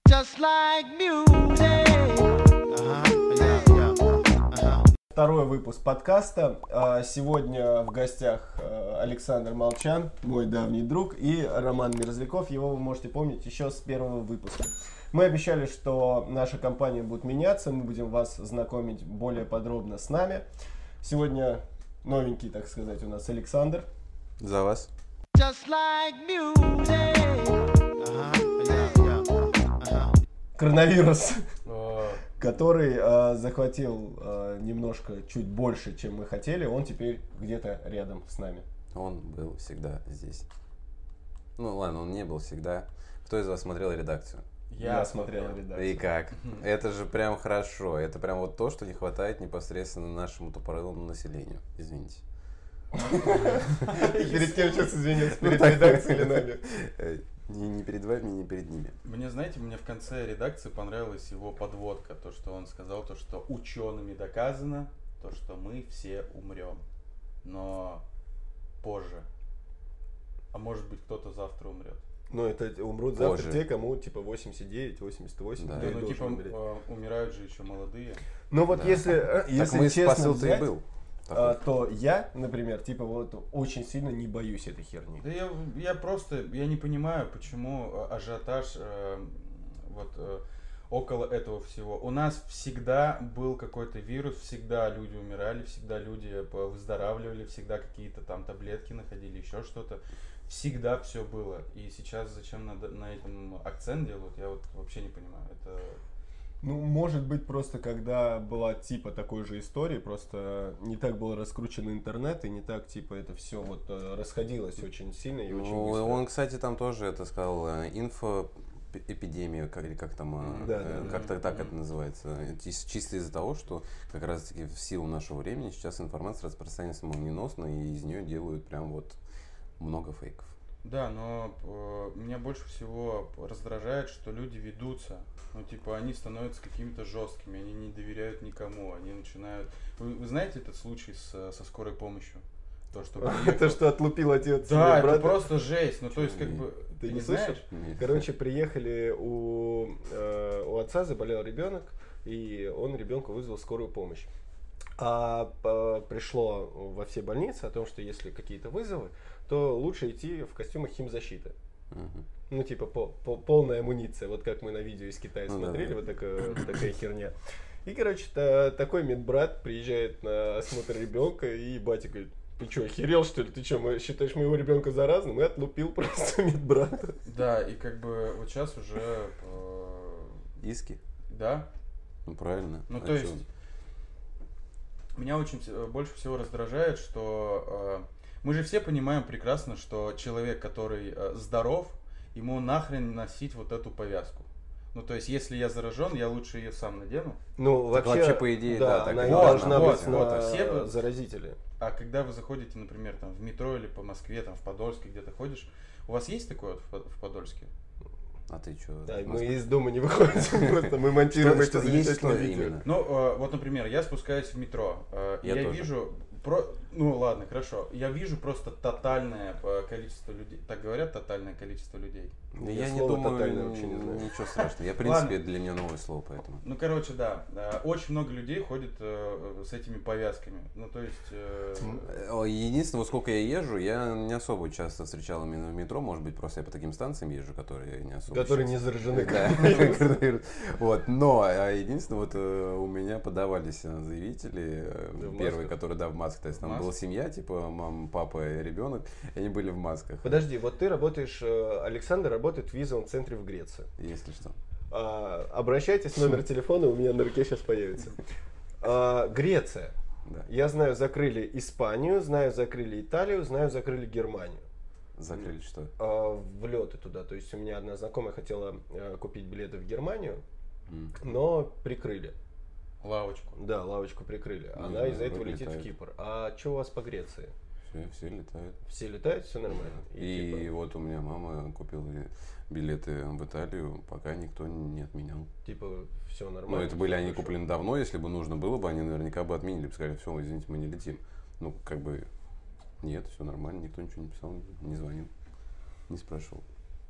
just like music. Второй выпуск подкаста. Сегодня в гостях Александр Молчан, мой давний друг, и Роман Мерзляков. Его вы можете помнить еще с первого выпуска. Мы обещали, что наша компания будет меняться, мы будем вас знакомить более подробно с нами. Сегодня новенький, так сказать, у нас Александр. За вас. Just like music. Коронавирус, который захватил немножко чуть больше, чем мы хотели, он теперь где-то рядом с нами. Он был всегда здесь. Ну ладно, он не был всегда. Кто из вас смотрел редакцию? Я смотрел редакцию. И как? Это же прям хорошо. Это прям вот то, что не хватает непосредственно нашему тупорылому населению. Извините. Перед кем сейчас извиниться? Перед редакцией или нами? Не перед вами, не перед ними. Мне в конце редакции понравилась его подводка. То, что он сказал, то, что учеными доказано, то, что мы все умрем. Но позже. А может быть, кто-то завтра умрет. Ну, это умрут завтра те, кому типа 89, 88. Да. Ну, типа, умирают же еще молодые. Ну, вот если мы честно спасил-то и взять, был. то я, например, типа вот очень сильно не боюсь этой херни. Да я не понимаю, почему ажиотаж около этого всего. У нас всегда был какой-то вирус, всегда люди умирали, всегда люди выздоравливали, всегда какие-то там таблетки находили, еще что-то. Всегда все было. И сейчас зачем на этом акцент делают, я вот вообще не понимаю. Это... Ну, может быть, просто когда была типа такой же истории, просто не так был раскручен интернет, и не так типа это все вот расходилось очень сильно и очень быстро. Он, кстати, там тоже это сказал, инфоэпидемия, как там, как-то так это называется. Чисто из-за того, что как раз-таки в силу нашего времени сейчас информация распространяется молниеносно, и из нее делают прям вот много фейков. Да, но меня больше всего раздражает, что люди ведутся. Ну, типа, они становятся какими-то жесткими, они не доверяют никому, они начинают... Вы знаете этот случай со скорой помощью? То, что Это что отлупил отец. Да, это просто жесть. Ну, то есть, как бы... Ты не слышишь? Короче, приехали у отца, заболел ребенок, и он ребенку вызвал скорую помощь. А пришло во все больницы о том, что если какие-то вызовы, то лучше идти в костюмах химзащиты. Ну, типа, полная амуниция. Вот как мы на видео из Китая смотрели, вот такая херня. И, короче, такой медбрат приезжает на осмотр ребенка, и батя говорит: ты что, охерел, что ли? Ты что, считаешь моего ребенка заразным? И отлупил просто медбрата. Да, и как бы вот сейчас уже... Иски? Да. Ну, правильно. Ну, то есть... Меня больше всего раздражает, что мы же все понимаем прекрасно, что человек, который здоров, ему нахрен носить вот эту повязку. Ну, то есть, если я заражен, я лучше ее сам надену. Ну, вообще по идее, да, так она и должна быть все заразители. А когда вы заходите, например, там, в метро или по Москве, там, в Подольске где-то ходишь, у вас есть такое вот в Подольске? А ты что? Да, мы из дома не выходим, просто мы монтируем это замечательное видео. Ну, вот, например, я спускаюсь в метро, и я вижу... Ну ладно, хорошо. Я вижу просто тотальное количество людей. Так говорят, тотальное количество людей? Я не думаю, вообще не знаю. Ничего страшного. Я, в принципе, для меня новое слово, поэтому. Ну, короче, да. Очень много людей ходит с этими повязками. Ну, то есть... Единственное, сколько я езжу, я не особо часто встречал именно в метро. Может быть, просто я по таким станциям езжу, которые не особо... Которые не заражены. Да. Вот. Но единственное, вот у меня подавались заявители. Первые, которые, да, в масках. То есть там была семья, типа мама, папа и ребенок, и они были в масках. Подожди, вот ты работаешь, Александр работает в визовом центре в Греции. Если что. Обращайтесь, номер телефона у меня на руке сейчас появится. Греция. Да. Я знаю, закрыли Испанию, знаю, закрыли Италию, знаю, закрыли Германию. Закрыли что? Влеты туда. То есть у меня одна знакомая хотела купить билеты в Германию, но прикрыли. Лавочку. Да, лавочку прикрыли. Она из-за этого летит в Кипр. А что у вас по Греции? Все летают. Все летают, все нормально. И типа... вот у меня мама купила билеты в Италию, пока никто не отменял. Типа все нормально. Но это были они куплены давно, если бы нужно было бы, они наверняка бы отменили, бы сказали: все, извините, мы не летим. Ну, как бы, нет, все нормально, никто ничего не писал, не звонил, не спрашивал.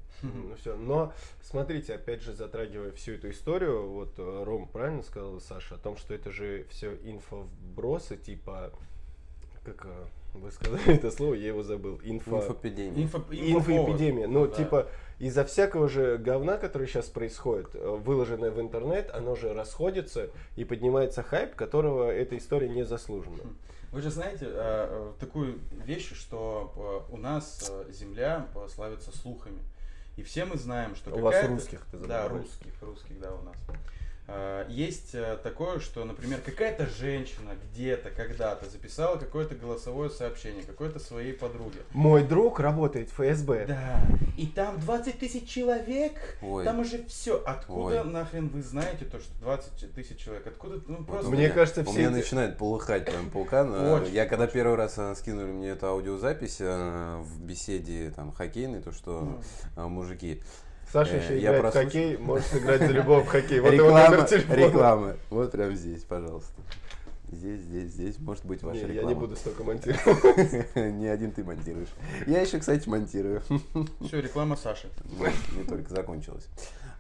Ну, все. Но смотрите, опять же, затрагивая всю эту историю, вот Ром правильно сказал, Саша, о том, что это же все инфовбросы, типа, как вы сказали это слово, я его забыл. Инфоэпидемия. Инфоэпидемия. Ну, да. типа, из-за всякого же говна, который сейчас происходит, выложенное в интернет, оно же расходится и поднимается хайп, которого эта история не заслужена. Вы же знаете такую вещь, что у нас земля славится слухами. И все мы знаем, что У вас русских, ты Да, забываешь. русских, да, у нас. Есть такое, что, например, какая-то женщина где-то, когда-то записала какое-то голосовое сообщение какой-то своей подруге. Мой друг работает в ФСБ. Да, и там 20 тысяч человек, Ой. там уже все. Откуда Ой. нахрен вы знаете то, что 20 тысяч человек? Откуда? Ну, просто... Мне кажется, у все меня эти- начинает полыхать прям паукан. Очень, Я когда первый раз скинули мне эту аудиозапись в беседе там хоккейной, то что мужики. Саша еще Я играет в прослушал. хоккей, может сыграть за любого в хоккей. Вот его номер телефона. Реклама. Вот прям здесь, пожалуйста. Здесь может быть ваша Не, реклама. я не буду столько монтировать. Не один ты монтируешь. Я еще, кстати, монтирую. Все, реклама Саши. Не только закончилась.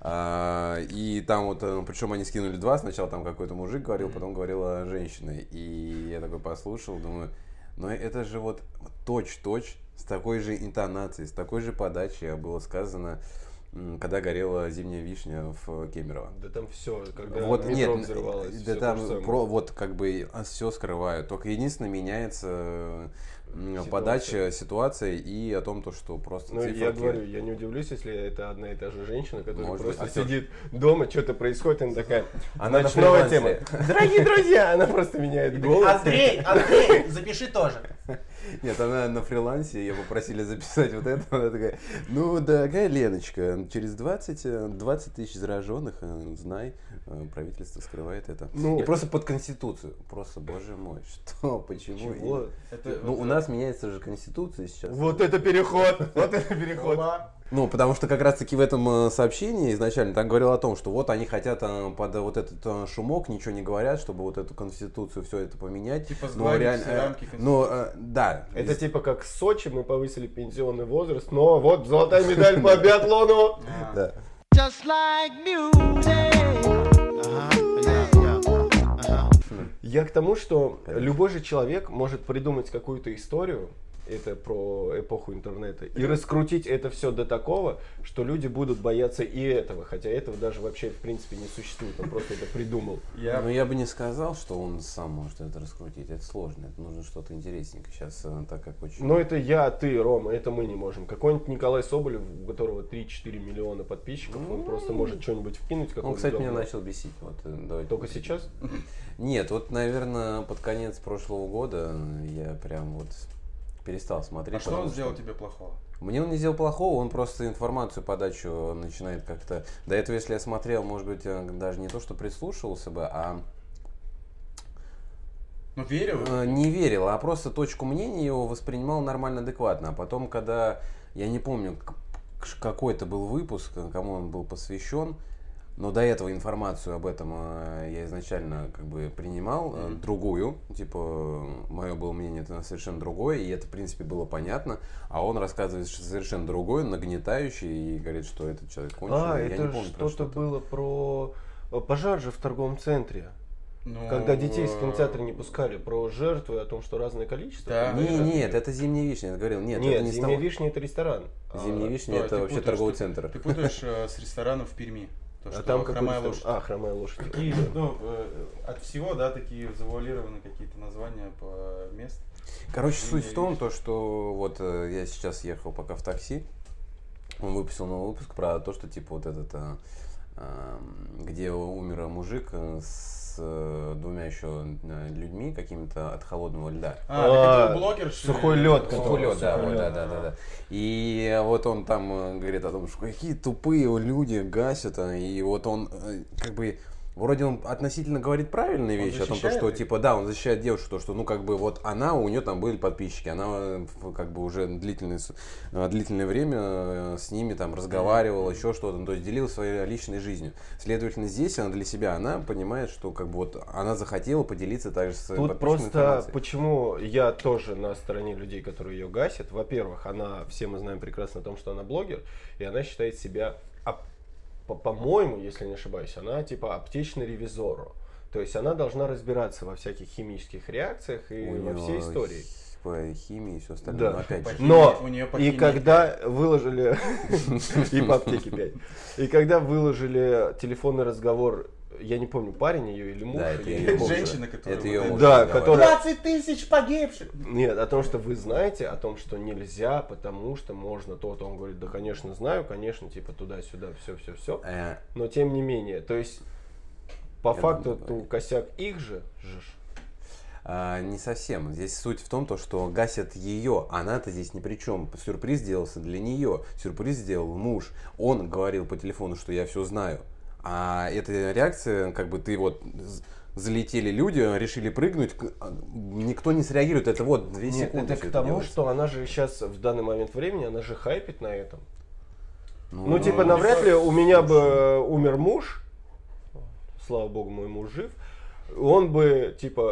И там вот, причем они скинули два, сначала там какой-то мужик говорил, потом говорила женщина. И я такой послушал, думаю, ну это же вот точь-точь, с такой же интонацией, с такой же подачей было сказано, когда горела зимняя вишня в Кемерово. Да там все, когда Вот метро нет, взрывалось. да всё там то же самое. вот как бы все скрывают. Только единственное меняется подача, ситуация и о том, то, что просто Ну, циферки. я говорю, я не удивлюсь, если это одна и та же женщина, которая Может просто быть. А сидит дома, что-то происходит, и она такая, Она значит, на новая тема. фрилансе. Дорогие друзья, она просто меняет голос. Андрей, запиши тоже. Нет, она на фрилансе, ее попросили записать вот это. Она такая, ну, дорогая Леночка, через 20 тысяч зараженных, знай, правительство скрывает это. Ну, И просто под Конституцию. Просто, боже мой, что, почему? Чего? Ну, у нас меняется же Конституция сейчас. Вот это переход, вот это переход. Ну, потому что как раз-таки в этом сообщении изначально так говорил о том, что вот они хотят под вот этот шумок, ничего не говорят, чтобы вот эту Конституцию, все это поменять. Типа Но сгладить все рамки Конституции. ну, да. Это типа как в Сочи мы повысили пенсионный возраст, но вот золотая медаль по биатлону. Да. Just like music. Я к тому, что любой же человек может придумать какую-то историю, это про эпоху интернета, и раскрутить это все до такого, что люди будут бояться и этого, хотя этого даже вообще в принципе не существует, он просто это придумал. Ну, я бы не сказал, что он сам может это раскрутить. Это сложно. Это нужно что-то интересненькое. Сейчас, так как очень... Но это я, ты, Рома, это мы не можем. Какой-нибудь Николай Соболев, у которого 3-4 миллиона подписчиков, он просто может что-нибудь вкинуть. Он, кстати, меня начал бесить. Вот, давайте Только сейчас? Нет, вот, наверное, под конец прошлого года я прям вот перестал смотреть. А что он потому сделал тебе плохого? Мне он не сделал плохого, он просто информацию, подачу начинает как-то... До этого, если я смотрел, может быть, даже не то, что прислушивался бы, а... Ну, верил? Не верил, а просто точку мнения его воспринимал нормально, адекватно. А потом, когда, я не помню, какой это был выпуск, кому он был посвящен, но до этого информацию об этом я изначально как бы принимал, другую, типа, мое было мнение это совершенно другое, и это, в принципе, было понятно, а он рассказывает совершенно другое, нагнетающий, и говорит, что этот человек конченый. Я не Это помню, про что-то было про пожар же в торговом центре. Ну, Когда детей из кинотеатра не пускали, про жертвы, о том, что разное количество. Да. Нет, это «Зимняя вишня», я говорил. Нет, это не «Зимняя стал- вишня» это ресторан. «Зимняя вишня» стой, это ты вообще путаешь, торговый ты- центр. Ты путаешь с рестораном в Перми. То, А что там «Хромая какой-то... лошадь». «Хромая лошадь». Такие, ну, от всего, да, такие завуалированы какие-то названия по мест. Короче, «Зимняя суть в том, вишня». то, что вот я сейчас ехал пока в такси, он выпустил новый выпуск про то, что типа вот этот, где умер мужик с двумя еще людьми какими-то от холодного льда. Так это блогер, что ли? сухой лед, Сухой лед, да, Сухой вот, лед. да. И вот он там говорит о том, что какие тупые люди гасят, и вот он как бы вроде он относительно говорит правильные вещи о том, что типа, да, он защищает девушку, то, что, ну, как бы, вот она, у нее там были подписчики, она как бы уже длительное время с ними там разговаривала, еще что-то, то есть делилась своей личной жизнью. Следовательно, здесь она для себя, она понимает, что как бы вот она захотела поделиться также со своей подписчиками информацией. Просто почему я тоже на стороне людей, которые ее гасят. Во-первых, она, все мы знаем прекрасно о том, что она блогер, и она считает себя, по-моему, если не ошибаюсь, она типа аптечный ревизор. То есть она должна разбираться во всяких химических реакциях и во всей истории. По химии и все остальное. Да. Опять же. Но и когда выложили и по аптеке 5. И когда выложили телефонный разговор, я не помню, парень ее или муж, да, это или женщина, которая... Это ее муж. Да, которая... 20 тысяч погибших! Нет, о том, что вы знаете, о том, что нельзя, потому что можно то-то. Он говорит, да, конечно, знаю, конечно, типа туда-сюда, все. Но тем не менее, то есть, по факту, косяк их же. Не совсем. Здесь суть в том, что гасят ее. Она-то здесь ни при чем. Сюрприз делался для нее. Сюрприз сделал муж. Он говорил по телефону, что я все знаю. А эта реакция, как бы ты вот залетели люди, решили прыгнуть, никто не среагирует. Это вот 2 секунды. Это к тому, что она же сейчас в данный момент времени, она же хайпит на этом. Ну, типа, навряд ли у меня бы умер муж, слава богу, мой муж жив, он бы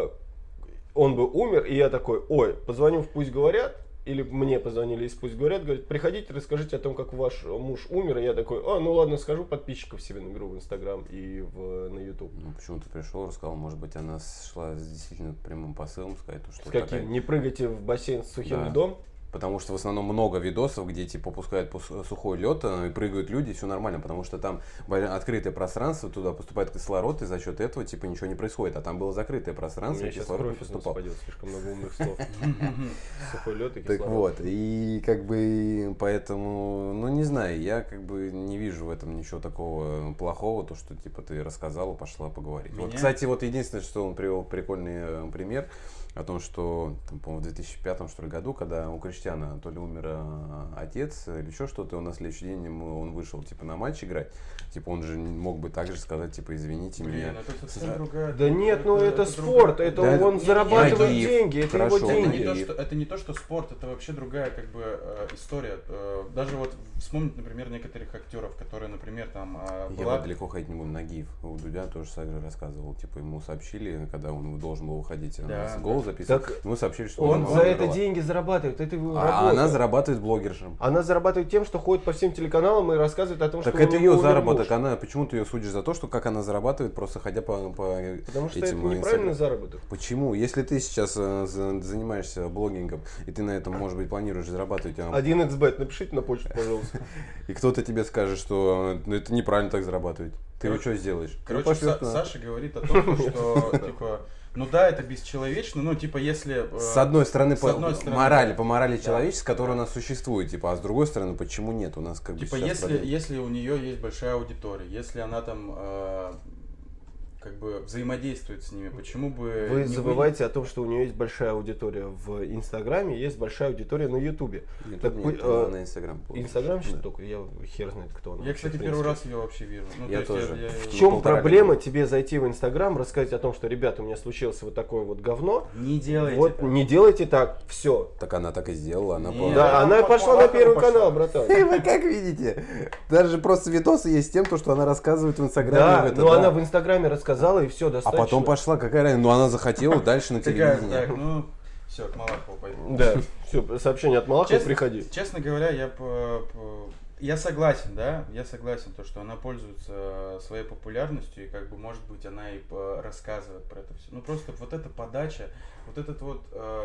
умер, и я такой, ой, позвоню в «Пусть говорят», или мне позвонили из «Пусть говорят», говорят, приходите, расскажите о том, как ваш муж умер. И я такой, ну ладно, скажу, подписчиков себе наберу в Инстаграм и на Ютуб. Ну почему ты пришел, рассказал, может быть, она шла с действительно прямым посылом, сказать, что... С каким? Не прыгайте в бассейн с сухим льдом? Потому что в основном много видосов, где типа пускают сухой лед и прыгают люди, и все нормально, потому что там открытое пространство, туда поступает кислород, и за счет этого типа ничего не происходит. А там было закрытое пространство, и кислород не поступал. Слишком много умных слов. Сухой лед и кислород. Так вот, и как бы поэтому, ну не знаю, я как бы не вижу в этом ничего такого плохого, то что типа ты рассказала, пошла поговорить. Вот, кстати, вот единственное, что он привел прикольный пример о том, что, там, по-моему, в 2005 что ли, году, когда у Криштиана то ли умер отец или еще что-то, он на следующий день он вышел типа на матч играть, типа он же мог бы также сказать, типа, извините меня. Это совсем другая... Да нет, это спорт, это он зарабатывает деньги, это его деньги. Это не то, что спорт, это вообще другая как бы история. Даже вот вспомнить, например, некоторых актеров, которые, например, там... Я вот далеко ходить не буду, Нагиев у Дудя тоже также рассказывал, типа ему сообщили, когда он должен был уходить с гол записывать, ему сообщили, что он за это деньги зарабатывает, это его работа. А она зарабатывает блогершем. Она зарабатывает тем, что ходит по всем телеканалам и рассказывает о том, так что это ее заработок, почему ты ее судишь за то, что как она зарабатывает, просто ходя по Потому что это неправильный заработок. Почему? Если ты сейчас занимаешься блогингом, и ты на этом, может быть, планируешь зарабатывать... 1xbet, напишите на почту, пожалуйста. И кто-то тебе скажет, что это неправильно так зарабатывать. Ты его что сделаешь? Короче, Саша говорит о том, что, типа, ну да, это бесчеловечно, ну, типа, если... С одной стороны, по морали человеческой, которая у нас существует, типа, а с другой стороны, почему нет? У нас как бы типа, если у нее есть большая аудитория, если она там... как бы взаимодействует с ними, почему бы... Вы забываете о том, что у нее есть большая аудитория в Инстаграме, есть большая аудитория на Ютубе. На Инстаграм. Инстаграмщик только, я хер знает, кто она. Я, кстати, первый раз ее вообще вижу. Я тоже. В чем проблема тебе зайти в Инстаграм, рассказать о том, что, ребята, у меня случилось вот такое вот говно. Не делайте вот, так. Не делайте так, все. Так она так и сделала. Да, она пошла на Первый канал, братан. Вы как видите, даже просто видосы есть с тем, что она рассказывает в Инстаграме. Да, но она в Инстаграме рассказала, и все, достаточно. А потом пошла, какая разница, ну она захотела дальше на телевидении. Так, ну, все, к Малахову пойду. Да, все, сообщение от Малахова, приходи. Честно говоря, я согласен, да, то, что она пользуется своей популярностью, и как бы, может быть, она и рассказывает про это все. Ну, просто вот эта подача, вот этот вот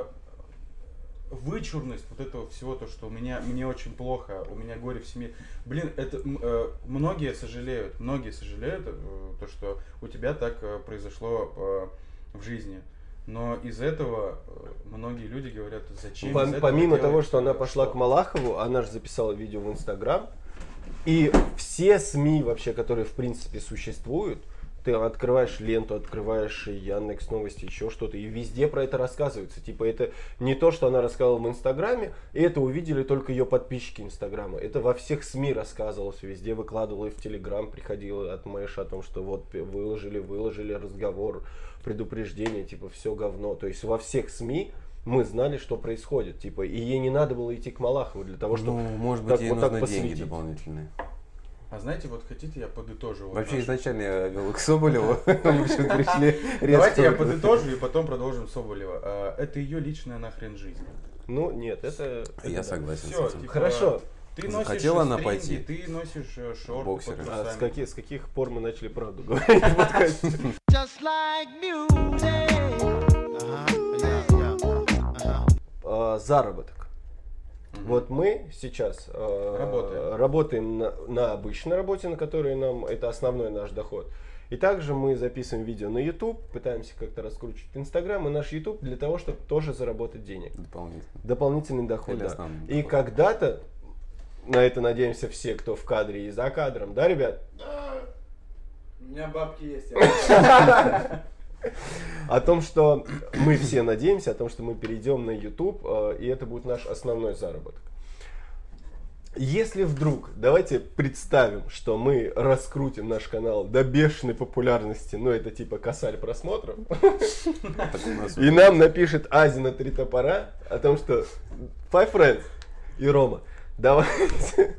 вычурность вот этого всего, то, что мне очень плохо, у меня горе в семье. Блин, это многие сожалеют, то, что у тебя так произошло в жизни. Но из этого многие люди говорят, зачем? Помимо того, что она пошла к Малахову, она же записала видео в Инстаграм, и все СМИ вообще, которые в принципе существуют, ты открываешь ленту, открываешь Яндекс Новости, еще что-то, и везде про это рассказывается. Типа это не то, что она рассказывала в Инстаграме, и это увидели только ее подписчики Инстаграма. Это во всех СМИ рассказывалось, везде выкладывала, и в Телеграм приходила от Мэша о том, что вот выложили разговор, предупреждение, типа все говно. То есть во всех СМИ мы знали, что происходит, типа, и ей не надо было идти к Малахову для того, чтобы может быть, ей нужны деньги дополнительные. А знаете, вот хотите, я подытожу? Вообще, изначально я вел к Соболеву, мы все пришли резко. Давайте я подытожу и потом продолжим Соболева. Это ее личная нахрен жизнь. Ну, нет, это... Я согласен Всё, с этим. типа, Хорошо. Ты носишь Захотела она стринги, пойти. ты носишь шорты Боксеры. под А трусами. с каких пор мы начали правду говорить в подкасте? Just like music. Заработок. Вот мы сейчас работаем на обычной работе, на которой нам это основной наш доход. И также мы записываем видео на YouTube, пытаемся как-то раскручивать Instagram и наш YouTube для того, чтобы тоже заработать денег. Дополнительный доход. Или Да. основной И доход. когда-то, на это надеемся все, кто в кадре и за кадром, да, ребят? У меня бабки есть. О том, что мы все надеемся, о том, что мы перейдем на YouTube, и это будет наш основной заработок. Если вдруг, давайте представим, что мы раскрутим наш канал до бешеной популярности, ну это типа косарь просмотров, и нам напишет Азина Три Топора о том, что Five Friends и Рома, давайте...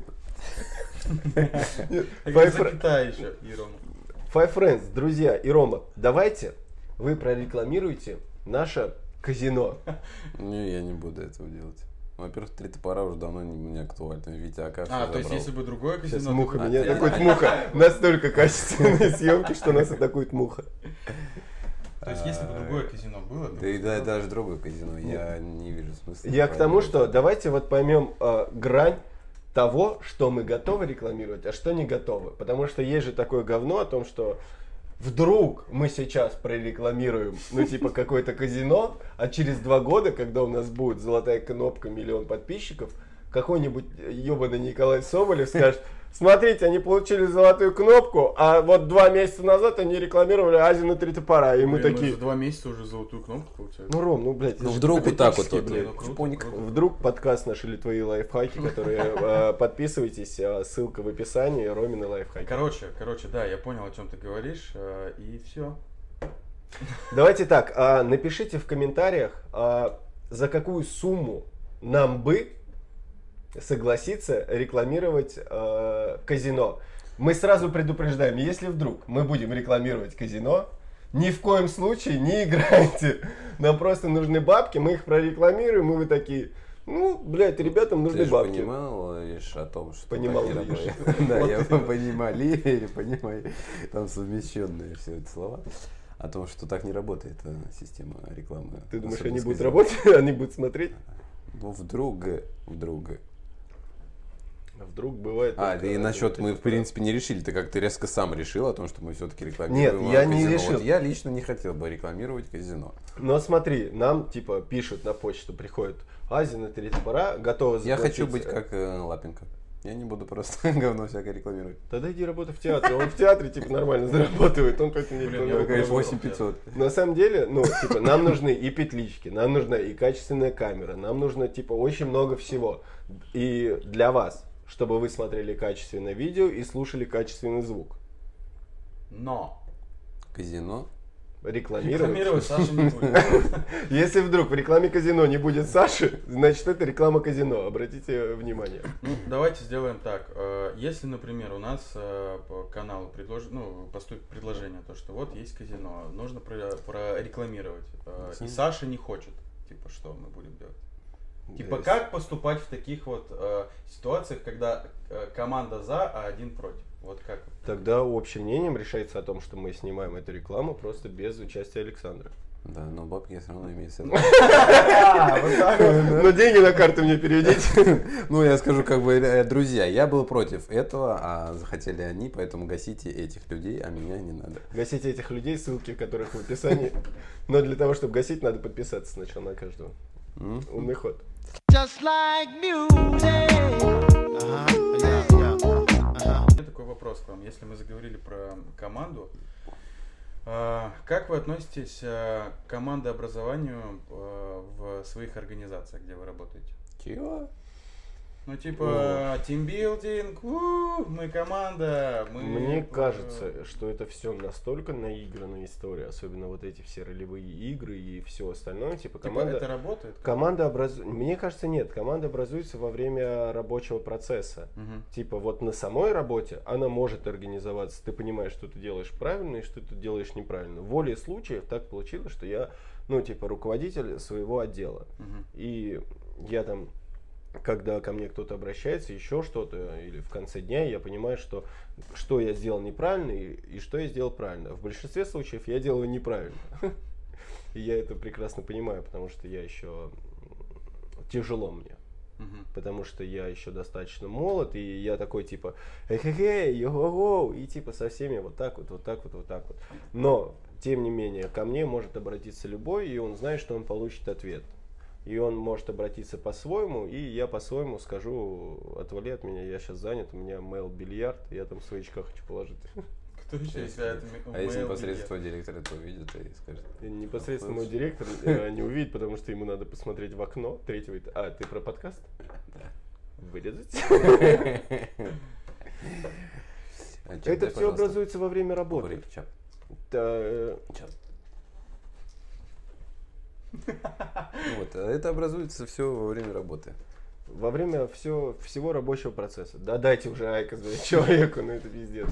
Запятая еще, и Рома. Five Friends, друзья и Рома, давайте вы прорекламируете наше казино. Не, я не буду этого делать. Во-первых, Три Топора уже давно не актуально. Витя Ака всё То есть забрал. если бы другое Сейчас казино... муха ты бы- меня атакует, муха. Настолько качественные съемки, что нас атакует муха. То есть если бы другое казино было... ты Да бы и сказал, даже другое казино, я не вижу смысла. Я к тому, что давайте вот поймем грань того, что мы готовы рекламировать, а что не готовы. Потому что есть же такое говно о том, что вдруг мы сейчас прорекламируем, ну типа какое-то казино, а через 2 года, когда у нас будет золотая кнопка, 1 миллион подписчиков, какой-нибудь ебаный Николай Соболев скажет: смотрите, они получили золотую кнопку, а вот 2 месяца назад они рекламировали Азина Три Топора. И мы блин, такие... за 2 месяца уже золотую кнопку получают. Ну, Ром, ну, блядь, Ну это же вдруг вот так вот, гипотетически, блядь. ну, круто, чпоник. круто. Вдруг подкаст наш или твои лайфхаки, которые подписывайтесь, ссылка в описании, Ромины лайфхаки. Короче, да, я понял, о чем ты говоришь, и все. Давайте так, напишите в комментариях, за какую сумму нам бы согласиться рекламировать казино. Мы сразу предупреждаем, если вдруг мы будем рекламировать казино, ни в коем случае не играйте. Нам просто нужны бабки, мы их прорекламируем, и вы такие: ну, блядь, ребятам нужны Ты же бабки. понимал лишь о том, что... Понимал так не лишь. работает. Да, я понимали или понимаю, там совмещенные все эти слова. О том, что так не работает система рекламы. Ты думаешь, особенно они с будут казино. работать, они будут смотреть? Ну, вдруг. А вдруг бывает... Да только и насчет вот мы, эти в принципе, не решили. Ты как-то резко сам решил о том, что мы все-таки рекламируем Нет, я не казино. решил. Вот я лично не хотел бы рекламировать казино. Но смотри, нам типа пишут на почту, приходит: Азина Три Топора, готова Я заплатить. хочу быть как Лапенко. Я не буду просто говно всякое рекламировать. Тогда иди работай в театре. Он в театре типа нормально зарабатывает, он поэтому не Блин, рекламирует. я, конечно, 8500. На самом деле, ну, типа, нам нужны и петлички, нам нужна и качественная камера, нам нужно, типа, очень много всего. И для вас, чтобы вы смотрели качественное видео и слушали качественный звук. Но Казино. рекламировать Саша не будет. Если вдруг в рекламе казино не будет Саши, значит это реклама казино. Обратите внимание. Ну, давайте сделаем так. Если, например, у нас по каналу поступит предложение, то что вот есть казино, нужно прорекламировать. И Саша не хочет. Типа, что мы будем делать? Типа, как поступать в таких вот ситуациях, когда команда за, а один против? Вот как? Тогда общим мнением решается о том, что мы снимаем эту рекламу просто без участия Александра. Да, но бабки все равно имеют Но деньги на карту мне переведите. Ну, я скажу, как бы, друзья, я был против этого, а захотели они, поэтому гасите этих людей, а меня не надо. Гасите этих людей, ссылки которых в описании. Но для того, чтобы гасить, надо подписаться сначала на каждого. Умный ход. Just like music. У меня такой вопрос к вам. Если мы заговорили про команду, Как вы относитесь к командообразованию в своих организациях, где вы работаете? Чего? Ну, типа, тимбилдинг, мы команда, мы... Мне кажется, что это все настолько наигранная история, особенно вот эти все ролевые игры и все остальное. Типа команда... это работает? Мне кажется, нет. Команда образуется во время рабочего процесса. Мгм. Типа вот на самой работе она может организоваться. Ты понимаешь, что ты делаешь правильно и что ты делаешь неправильно. В воле случаев так получилось, что я, руководитель своего отдела. Мгм. И я там, когда ко мне кто-то обращается, еще что-то, или в конце дня, я понимаю, что я сделал неправильно и что я сделал правильно. В большинстве случаев я делаю неправильно. И я это прекрасно понимаю, потому что я еще тяжело мне. Мгм. Потому что я еще достаточно молод, и я такой типа эхе-хе, йо-го-го, и типа со всеми вот так вот, вот так вот, вот так вот. Но, тем не менее, ко мне может обратиться любой, и он знает, что он получит ответ. И он может обратиться по-своему, и я по-своему скажу: отвали от меня, я сейчас занят, у меня mail-бильярд, я там свои очка хочу положить. Кто еще играет в А если mail непосредственно директор это увидит и скажет? И непосредственно мой директор не увидит, потому что ему надо посмотреть в окно третьего этажа. А, ты про подкаст? Да. Вырезать? А чат, Это дай, все пожалуйста, образуется во время работы. кубрик, чат. Чат. Вот, а это образуется все во время работы. Во время всего рабочего процесса. Да дайте уже айка человеку, ну это пиздец.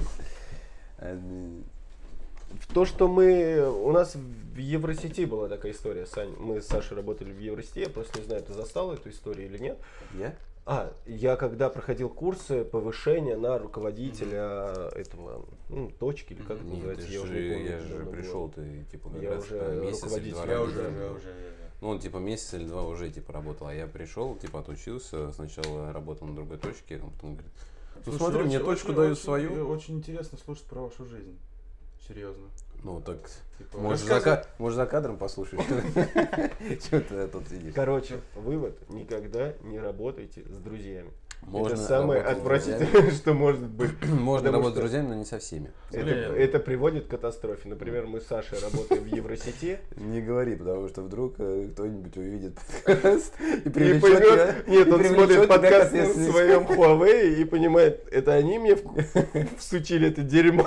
То, что у нас в Евросети была такая история, Сань, мы с Сашей работали в Евросети, я просто не знаю, ты застал эту историю или нет. Я? Я когда проходил курсы повышения на руководителя этого, точки, или как это Нет, называется, ты я ж уже не помню. я же давно было. пришел, ты типа как Я раз уже там месяц или руководитель. два Я раза уже. был. Ну, он типа месяц или два уже типа работал, а я пришел, типа отучился, сначала работал на другой точке, а потом говорит, ну смотри, мне точку дают свою. Очень интересно слушать про вашу жизнь. Серьезно. Ну так, Типа, можешь за кадром послушать, что ты тут сидишь. Короче, вывод: никогда не работайте с друзьями. Можно Это самое работать с отвратительное, что может быть. Можно Потому работать с что друзьями, но не со всеми. Это приводит к катастрофе. Например, мы с Сашей работаем в Евросети. Не говори, потому что вдруг кто-нибудь увидит подкаст и И привлечет поймет, нет, он привлечет смотрит тебя к подкаст на ответственности. своем Huawei и понимает, это они мне всучили это дерьмо.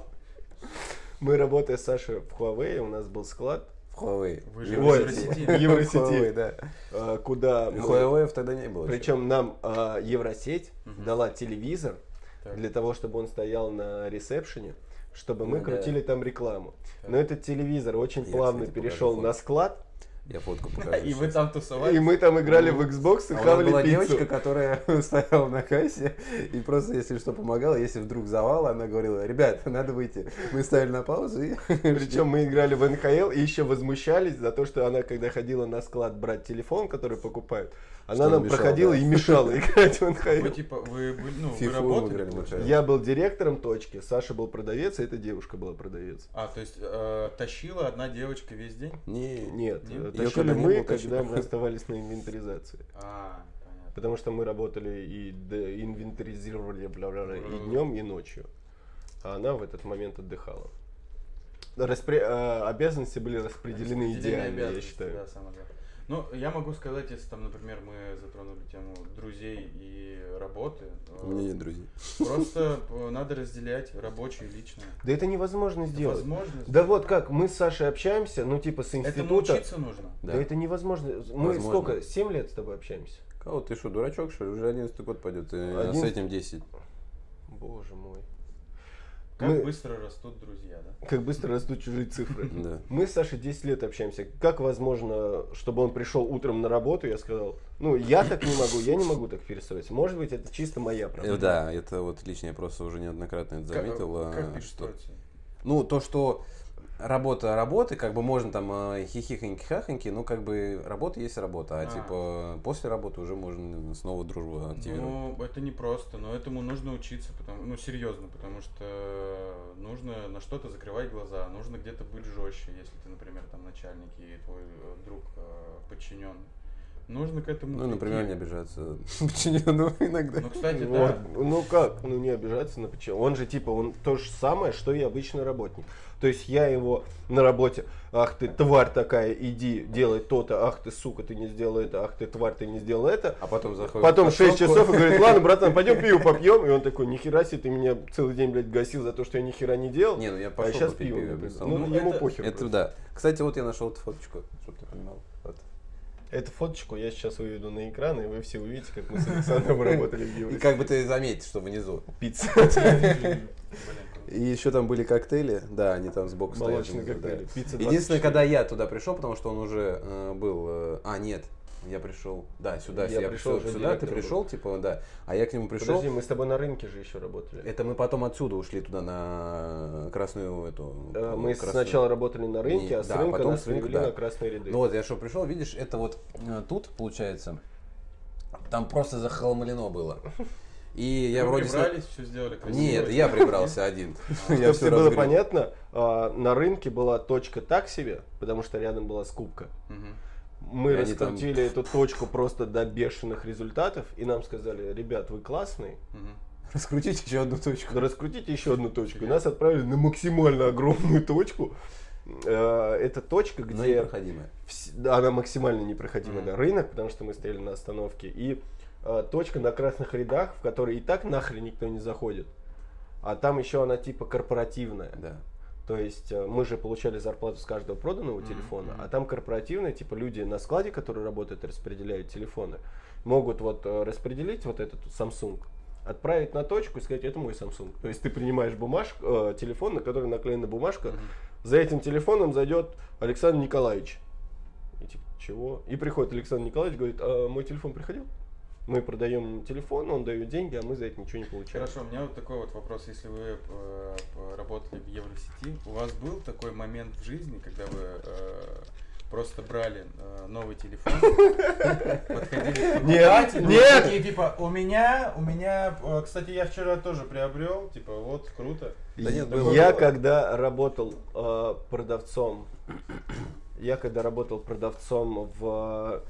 Мы, работая с Сашей в Huawei, у нас был склад, В Huawei. Вы же в Ой, Евросети. в Евросети, Huawei, да. куда мы... Huawei тогда не было. Причем нам Евросеть Мгм. дала телевизор Так. для того, чтобы он стоял на ресепшене, чтобы мы Ну да. крутили там рекламу. Так. Но этот телевизор очень Я, плавно кстати, перешел покажу на фото. склад, Я фотку покажу. И вы сейчас. там тусовались? и мы там играли в Xbox и А у нас хавали была пиццу. девочка, которая стояла на кассе и просто, если что, помогала. Если вдруг завал, она говорила: ребят, надо выйти. Мы ставили на паузу и... Причем мы играли в НХЛ и еще возмущались за то, что она, когда ходила на склад брать телефон, который покупают, она Что нам мешало, проходила да. и мешала играть в Вы НХЛ. типа, вы Фифу работали? играли, получается? Я был директором точки, Саша был продавец, а эта девушка была продавец. То есть тащила одна девочка весь день? Не, Нет, Нет? тащили Её когда не мы, было, тащили. когда мы оставались на инвентаризации. Понятно. Потому что мы работали и инвентаризировали бла-бла-бла, и днем, и ночью. А она в этот момент отдыхала. Обязанности были распределены идеально, я обязанности, считаю. Да, самое главное. Ну, я могу сказать, если там, например, мы затронули тему друзей и работы. у меня нет друзей. Просто надо разделять рабочее и личное. Да это невозможно сделать. Возможно. Да вот как, мы с Сашей общаемся, типа с Этому института. учиться нужно. Да это невозможно. Мы Возможно. сколько, 7 лет с тобой общаемся? Кого, ты что, дурачок, что ли? Уже 11-й год пойдет, а с 11? этим 10. Боже мой. Как Мы- быстро растут друзья, да? Как быстро растут чужие цифры. Да. Мы с Сашей 10 лет общаемся. Как возможно, чтобы он пришел утром на работу, я сказал, я так не могу, я не могу так перестроиться. Может быть, это чисто моя проблема. Да, это вот лично я просто уже неоднократно это заметил. Как что... перестроиться? Ну, то, что работа работы, как бы можно там хихихоньки-хахоньки, но как бы работа есть работа, а типа после работы уже можно снова дружбу активировать. Ну, это не просто, но этому нужно учиться, серьезно, потому что нужно на что-то закрывать глаза, нужно где-то быть жестче, если ты, например, там начальник и твой друг подчинен. Нужно к этому Ну, прийти. например, не обижаться подчиненного иногда. Ну, кстати, Вот. да. Ну как, ну не обижаться на почему. Он же типа, он то же самое, что и обычный работник. То есть я его на работе, ах ты тварь такая, иди делай то-то, ах ты сука, ты не сделал это, ах ты тварь, ты не сделал это. А потом заходит. Потом 6 часов и говорит, ладно, братан, пойдем пиво попьем. И он такой, нихера себе, ты меня целый день, блядь, гасил за то, что я нихера не делал. Не, ну я а пошел сейчас попить пиво. пиво, блядь. без Ну, сомнений. ему это- похер. Это просто. да. Кстати, вот я нашел эту фоточку, чтобы ты понимал. Вот. Эту фоточку я сейчас выведу на экран, и вы все увидите, как мы с Александром работали в И Евросети. как бы ты заметишь, что внизу. Пицца. И еще там были коктейли, да, они там сбоку стоят. Молочные внизу, да. коктейли. Пицца Единственное, 24. когда я туда пришел, потому что он уже был... нет, я пришел... Да, сюда, Я я пришел, пришел уже сюда, ты директором пришел, типа, да. А я к нему пришел... Подожди, мы с тобой на рынке же еще работали. Это мы потом отсюда ушли туда на красную эту... Мы красную- сначала работали на рынке, а с Да, рынка потом нас с рынка, привели да. на красные ряды. Ну вот, я что пришел, видишь, это вот тут, получается, там просто захламлено было. И я Вы вроде... прибрались, все сделали красиво. Нет, я прибрался один. Я Чтобы всё тебе было разгреб. понятно, на рынке была точка так себе, потому что рядом была скупка. Мгм. Мы И они раскрутили эту точку просто до бешеных результатов, и нам сказали, ребят, вы классные, Мгм. Раскрутить еще одну точку. да раскрутите еще одну точку. И нас отправили на максимально огромную точку. Это точка, Но где... непроходимая. Да, она максимально непроходима Мгм. на рынок, потому что мы стояли на остановке. И точка на красных рядах, в которой и так нахрен никто не заходит. А там еще она типа корпоративная. Да. То есть мы же получали зарплату с каждого проданного телефона, а там корпоративная, типа люди на складе, которые работают, распределяют телефоны, могут вот распределить вот этот Samsung, отправить на точку и сказать, это мой Samsung. То есть ты принимаешь бумажку, телефон, на который наклеена бумажка, за этим телефоном зайдет Александр Николаевич. И типа, чего? И приходит Александр Николаевич, говорит, а мой телефон приходил? Мы продаем ему телефон, он дает деньги, а мы за это ничего не получаем. Хорошо, у меня вот такой вот вопрос. Если вы работали в Евросети, у вас был такой момент в жизни, когда вы просто брали новый телефон, подходили к Нет, покупателю, нет! такие, типа, у меня, кстати, я вчера тоже приобрел, типа, вот, круто. Да нет, было. Я когда работал продавцом, в...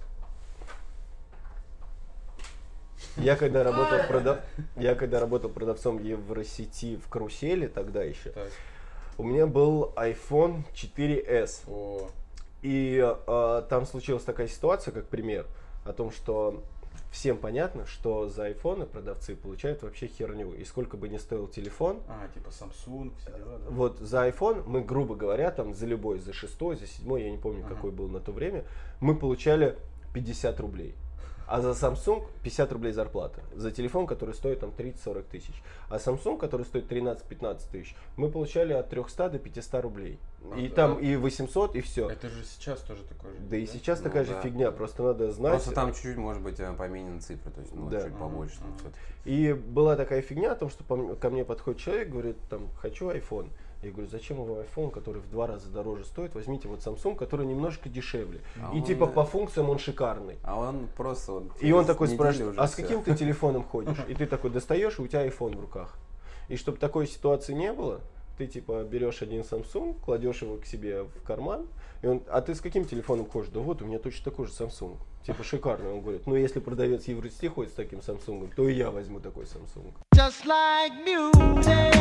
Я когда работал продавцом в Евросети в Карусели, тогда еще, Так, у меня был iPhone 4S. о, И там случилась такая ситуация, как пример, о том, что всем понятно, что за айфоны продавцы получают вообще херню. И сколько бы ни стоил телефон, типа Samsung, все дела, да? вот за iPhone мы, грубо говоря, там за любой, за 6, за 7, я не помню, какой был на то время, мы получали 50 рублей. А за Samsung 50 рублей зарплата. За телефон, который стоит там 30-40 тысяч. А Samsung, который стоит 13-15 тысяч, мы получали от 300 до 500 рублей. И да. там и 800, и все. Это же сейчас тоже такое же. Да и сейчас Ну такая да. же фигня, просто надо знать. Просто там чуть-чуть, может быть, поменены цифры, то есть, ну, Да. чуть побольше там все-таки. И была такая фигня о том, что ко мне подходит человек, говорит, там, хочу iPhone. Я говорю, зачем вам iPhone, который в 2 раза дороже стоит, возьмите вот Samsung, который немножко дешевле. А И он, типа да. по функциям он шикарный. А он просто... Вот, И он через такой неделю спрашивает, уже а с всё. каким ты телефоном ходишь? И ты такой достаешь, и у тебя iPhone в руках. И чтобы такой ситуации не было, ты типа берешь один Samsung, кладешь его к себе в карман, и он, а ты с каким телефоном ходишь? Да вот, у меня точно такой же Samsung. Типа шикарный. Он говорит, ну если продавец Евросети ходит с таким Samsung, то и я возьму такой Samsung. Just like music.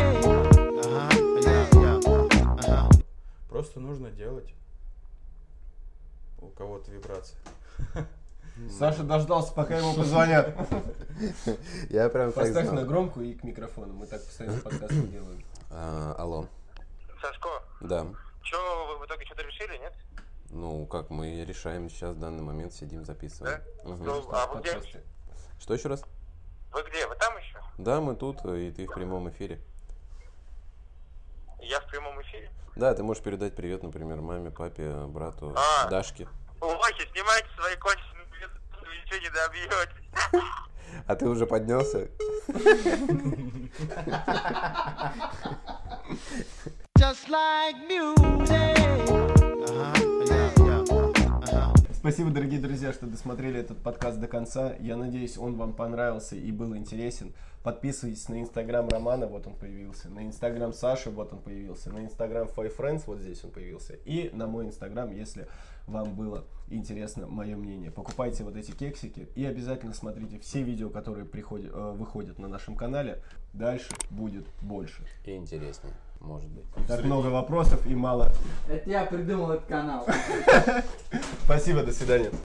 Просто нужно делать. У кого-то вибрация. Саша дождался, пока ему позвонят. Я прям так Поставь знал. на громкую и к микрофону. Мы так постоянно подкасты делаем. Алло. Сашко, Да. что вы в итоге что-то решили, нет? Ну, как мы решаем сейчас, в данный момент сидим, записываем. Мгм. Ну, а вы где? Что еще раз? Вы где? Вы там еще? Да, мы тут, и ты в прямом эфире. Я в прямом эфире. Да, ты можешь передать привет, например, маме, папе, брату, А. Дашке. Лохи, снимайте свои конченые билеты, вы ничего не добьете. А ты уже поднялся? Just like music. Спасибо, дорогие друзья, что досмотрели этот подкаст до конца. Я надеюсь, он вам понравился и был интересен. Подписывайтесь на инстаграм Романа, вот он появился. На инстаграм Саши, вот он появился. На инстаграм Five Friends, вот здесь он появился. И на мой инстаграм, если вам было интересно мое мнение. Покупайте вот эти кексики и обязательно смотрите все видео, которые выходят на нашем канале. Дальше будет больше. И интереснее, может быть. Так много вопросов и мало. Это я придумал этот канал. Спасибо, до свидания.